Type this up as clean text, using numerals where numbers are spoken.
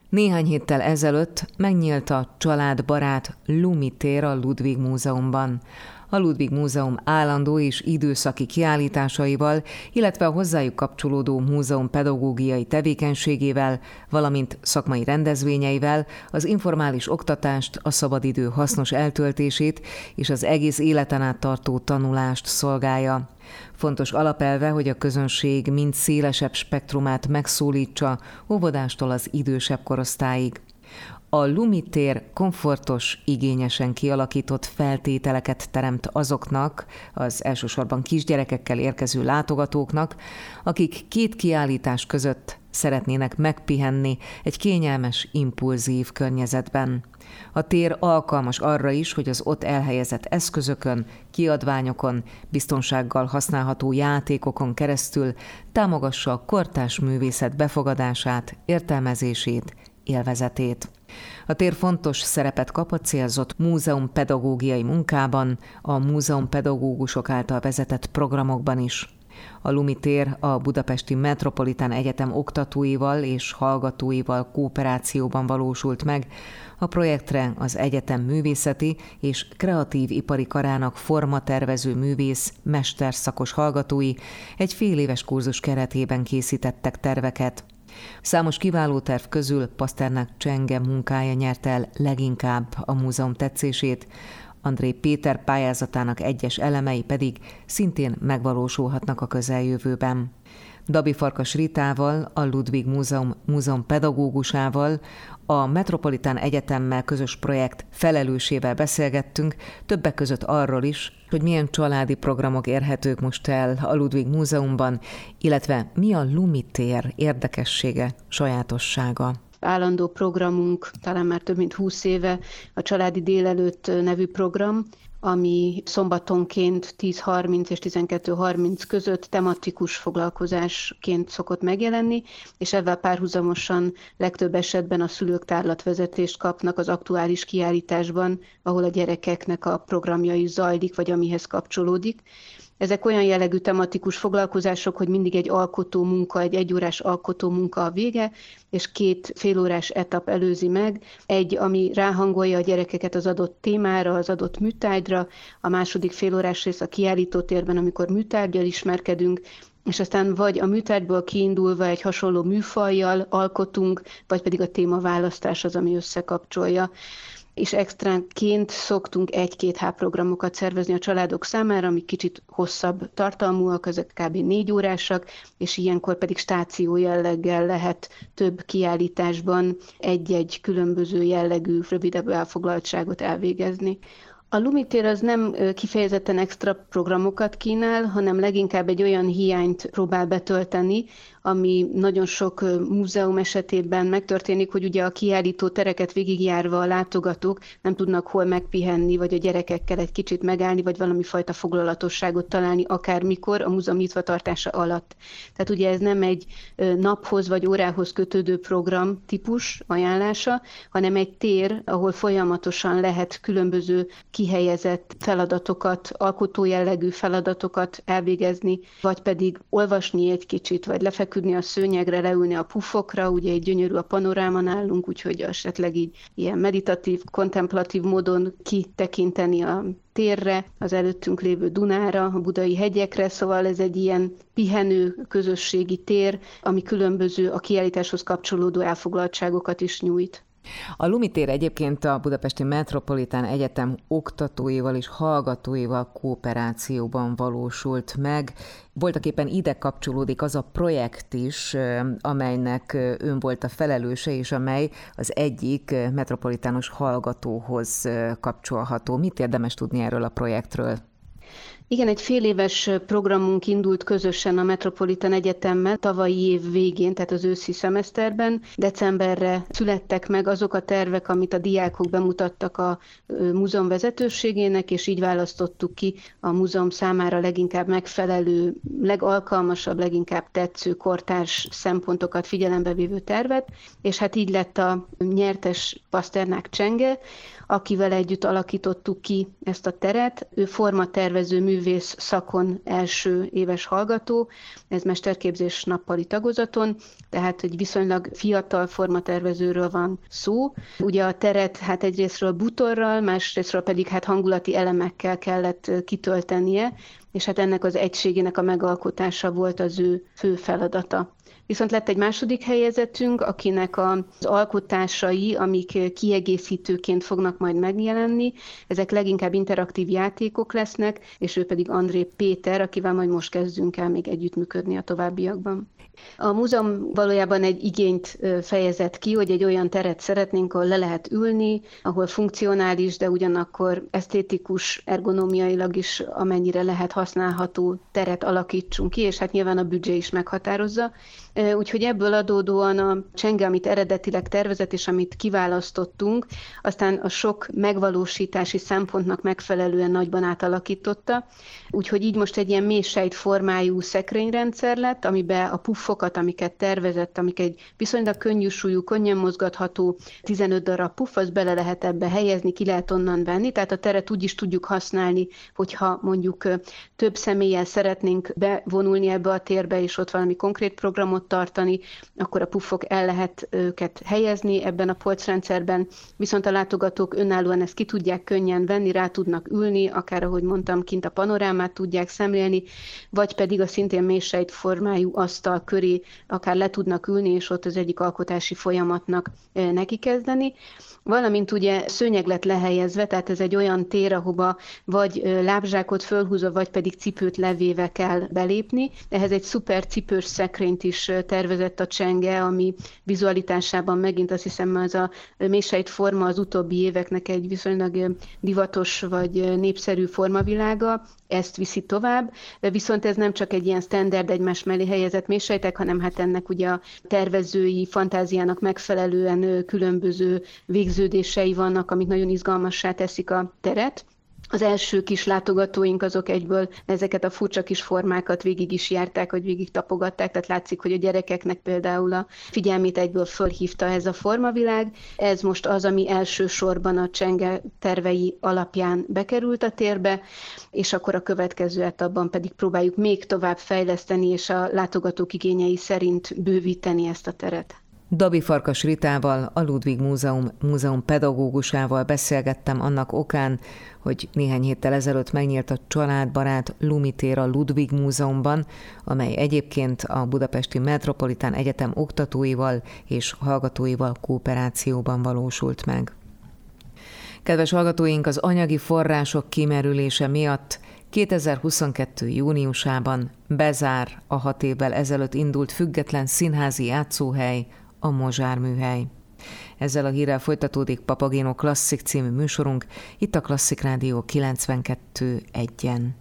Néhány héttel ezelőtt megnyílt a családbarát Lumi tér a Ludwig Múzeumban. A Ludwig Múzeum állandó és időszaki kiállításaival, illetve a hozzájuk kapcsolódó múzeum pedagógiai tevékenységével, valamint szakmai rendezvényeivel az informális oktatást, a szabadidő hasznos eltöltését és az egész életen át tartó tanulást szolgálja. Fontos alapelve, hogy a közönség mind szélesebb spektrumát megszólítsa, óvodástól az idősebb korosztályig. A Lumi tér komfortos, igényesen kialakított feltételeket teremt azoknak, az elsősorban kisgyerekekkel érkező látogatóknak, akik két kiállítás között szeretnének megpihenni egy kényelmes, impulzív környezetben. A tér alkalmas arra is, hogy az ott elhelyezett eszközökön, kiadványokon, biztonsággal használható játékokon keresztül támogassa a kortárs művészet befogadását, értelmezését, élvezetét. A tér fontos szerepet kap a célzott múzeumpedagógiai munkában, a múzeumpedagógusok által vezetett programokban is. A Lumi tér a Budapesti Metropolitán Egyetem oktatóival és hallgatóival kooperációban valósult meg. A projektre az egyetem művészeti és kreatív ipari karának formatervező művész, mesterszakos hallgatói egy féléves kurzus keretében készítettek terveket. Számos kiváló terv közül Pasternak Csenge munkája nyerte el leginkább a múzeum tetszését, André Péter pályázatának egyes elemei pedig szintén megvalósulhatnak a közeljövőben. Dabi Farkas Ritával, a Ludwig Múzeum pedagógusával, a Metropolitán Egyetemmel közös projekt felelősével beszélgettünk, többek között arról is, hogy milyen családi programok érhetők most el a Ludwig Múzeumban, illetve mi a Lumi tér érdekessége, sajátossága. Állandó programunk, talán már több mint 20 éve, a Családi Délelőtt nevű program, ami szombatonként 10:30 és 12:30 között tematikus foglalkozásként szokott megjelenni, és ezzel párhuzamosan legtöbb esetben a szülők tárlatvezetést kapnak az aktuális kiállításban, ahol a gyerekeknek a programja is zajlik, vagy amihez kapcsolódik. Ezek olyan jellegű tematikus foglalkozások, hogy mindig egy alkotó munka, egy egyórás alkotó munka a vége, és 2 félórás etap előzi meg. Egy, ami ráhangolja a gyerekeket az adott témára, az adott műtárgyra, a második félórás rész a kiállítótérben, amikor műtárggyal ismerkedünk, és aztán vagy a műtárgyból kiindulva egy hasonló műfajjal alkotunk, vagy pedig a témaválasztás az, ami összekapcsolja. És extránként szoktunk 1-2 programokat szervezni a családok számára, amik kicsit hosszabb tartalmúak, ezek kb. 4 órásak, és ilyenkor pedig stáció jelleggel lehet több kiállításban egy-egy különböző jellegű, rövidebb elfoglaltságot elvégezni. A Lumi tér az nem kifejezetten extra programokat kínál, hanem leginkább egy olyan hiányt próbál betölteni, ami nagyon sok múzeum esetében megtörténik, hogy ugye a kiállító tereket végigjárva a látogatók nem tudnak hol megpihenni, vagy a gyerekekkel egy kicsit megállni, vagy valami fajta foglalatosságot találni, akármikor a múzeum nyitvatartása alatt. Tehát ugye ez nem egy naphoz vagy órához kötődő program típus ajánlása, hanem egy tér, ahol folyamatosan lehet különböző kihelyezett feladatokat, alkotójellegű feladatokat elvégezni, vagy pedig olvasni egy kicsit, vagy lefeküdni a szőnyegre, leülni a pufokra, ugye egy gyönyörű a panoráma nálunk, úgyhogy esetleg így ilyen meditatív, kontemplatív módon kitekinteni a térre, az előttünk lévő Dunára, a budai hegyekre, szóval ez egy ilyen pihenő közösségi tér, ami különböző a kiállításhoz kapcsolódó elfoglaltságokat is nyújt. A Lumi tér egyébként a Budapesti Metropolitán Egyetem oktatóival és hallgatóival kooperációban valósult meg. Voltaképpen ide kapcsolódik az a projekt is, amelynek ön volt a felelőse, és amely az egyik metropolitános hallgatóhoz kapcsolható. Mit érdemes tudni erről a projektről? Igen, egy féléves programunk indult közösen a Metropolitán Egyetemmel tavalyi év végén, tehát az őszi szemeszterben. Decemberre születtek meg azok a tervek, amit a diákok bemutattak a múzeum vezetőségének, és így választottuk ki a múzeum számára leginkább megfelelő, legalkalmasabb, leginkább tetsző kortárs szempontokat figyelembe vévő tervet, és hát így lett a nyertes Pasternak Csenge, akivel együtt alakítottuk ki ezt a teret. Ő formatervező művész színművész szakon első éves hallgató, ez mesterképzés nappali tagozaton, tehát egy viszonylag fiatal formatervezőről van szó. Ugye a teret hát egyrésztről bútorral, másrésztről pedig hát hangulati elemekkel kellett kitöltenie, és hát ennek az egységének a megalkotása volt az ő fő feladata. Viszont lett egy második helyezettünk, akinek az alkotásai, amik kiegészítőként fognak majd megjelenni, ezek leginkább interaktív játékok lesznek, és ő pedig André Péter, akivel majd most kezdünk el még együttműködni a továbbiakban. A múzeum valójában egy igényt fejezett ki, hogy egy olyan teret szeretnénk, ahol le lehet ülni, ahol funkcionális, de ugyanakkor esztétikus, ergonómiailag is amennyire lehet használható teret alakítsunk ki, és hát nyilván a büdzsé is meghatározza. Úgyhogy ebből adódóan a csenge, amit eredetileg tervezett, és amit kiválasztottunk, aztán a sok megvalósítási szempontnak megfelelően nagyban átalakította. Úgyhogy így most egy ilyen mélysejt formájú szekrényrendszer lett, amiben a puffokat, amiket tervezett, amik egy viszonylag könnyű súlyú, könnyen mozgatható 15 darab puff, az bele lehet ebbe helyezni, ki lehet onnan venni, tehát a teret úgy is tudjuk használni, hogyha mondjuk több személlyel szeretnénk bevonulni ebbe a térbe, és ott valami konkrét programot tartani, akkor a puffok el lehet őket helyezni ebben a polcrendszerben, viszont a látogatók önállóan ezt ki tudják könnyen venni, rá tudnak ülni, akár ahogy mondtam, kint a panorámát tudják szemlélni, vagy pedig a szintén mélysejt formájú asztal köré akár le tudnak ülni, és ott az egyik alkotási folyamatnak neki kezdeni. Valamint ugye szőnyeg lett lehelyezve, tehát ez egy olyan tér, ahova vagy lábzsákot fölhúzva, vagy pedig cipőt levéve kell belépni. Ehhez egy szuper cipős szekrényt is tervezett a csenge, ami vizualitásában megint azt hiszem ez a mélysejt forma az utóbbi éveknek egy viszonylag divatos vagy népszerű formavilága, ezt viszi tovább, viszont ez nem csak egy ilyen standard egymás mellé helyezett mélysejtek, hanem hát ennek ugye a tervezői fantáziának megfelelően különböző végződései vannak, amik nagyon izgalmassá teszik a teret. Az első kis látogatóink azok egyből ezeket a furcsa kis formákat végig is járták, vagy végig tapogatták, tehát látszik, hogy a gyerekeknek például a figyelmét egyből fölhívta ez a formavilág. Ez most az, ami elsősorban a csenge tervei alapján bekerült a térbe, és akkor a következő etapban pedig próbáljuk még tovább fejleszteni, és a látogatók igényei szerint bővíteni ezt a teret. Dabi Farkas Ritával, a Ludwig Múzeum pedagógusával beszélgettem annak okán, hogy néhány héttel ezelőtt megnyílt a családbarát Lumitér a Ludwig Múzeumban, amely egyébként a Budapesti Metropolitán Egyetem oktatóival és hallgatóival kooperációban valósult meg. Kedves hallgatóink, az anyagi források kimerülése miatt 2022. júniusában bezár a 6 évvel ezelőtt indult független színházi játszóhely, a Mozsár Műhely. Ezzel a hírrel folytatódik Papagéno Klasszik című műsorunk, itt a Klasszik Rádió 92.1-en.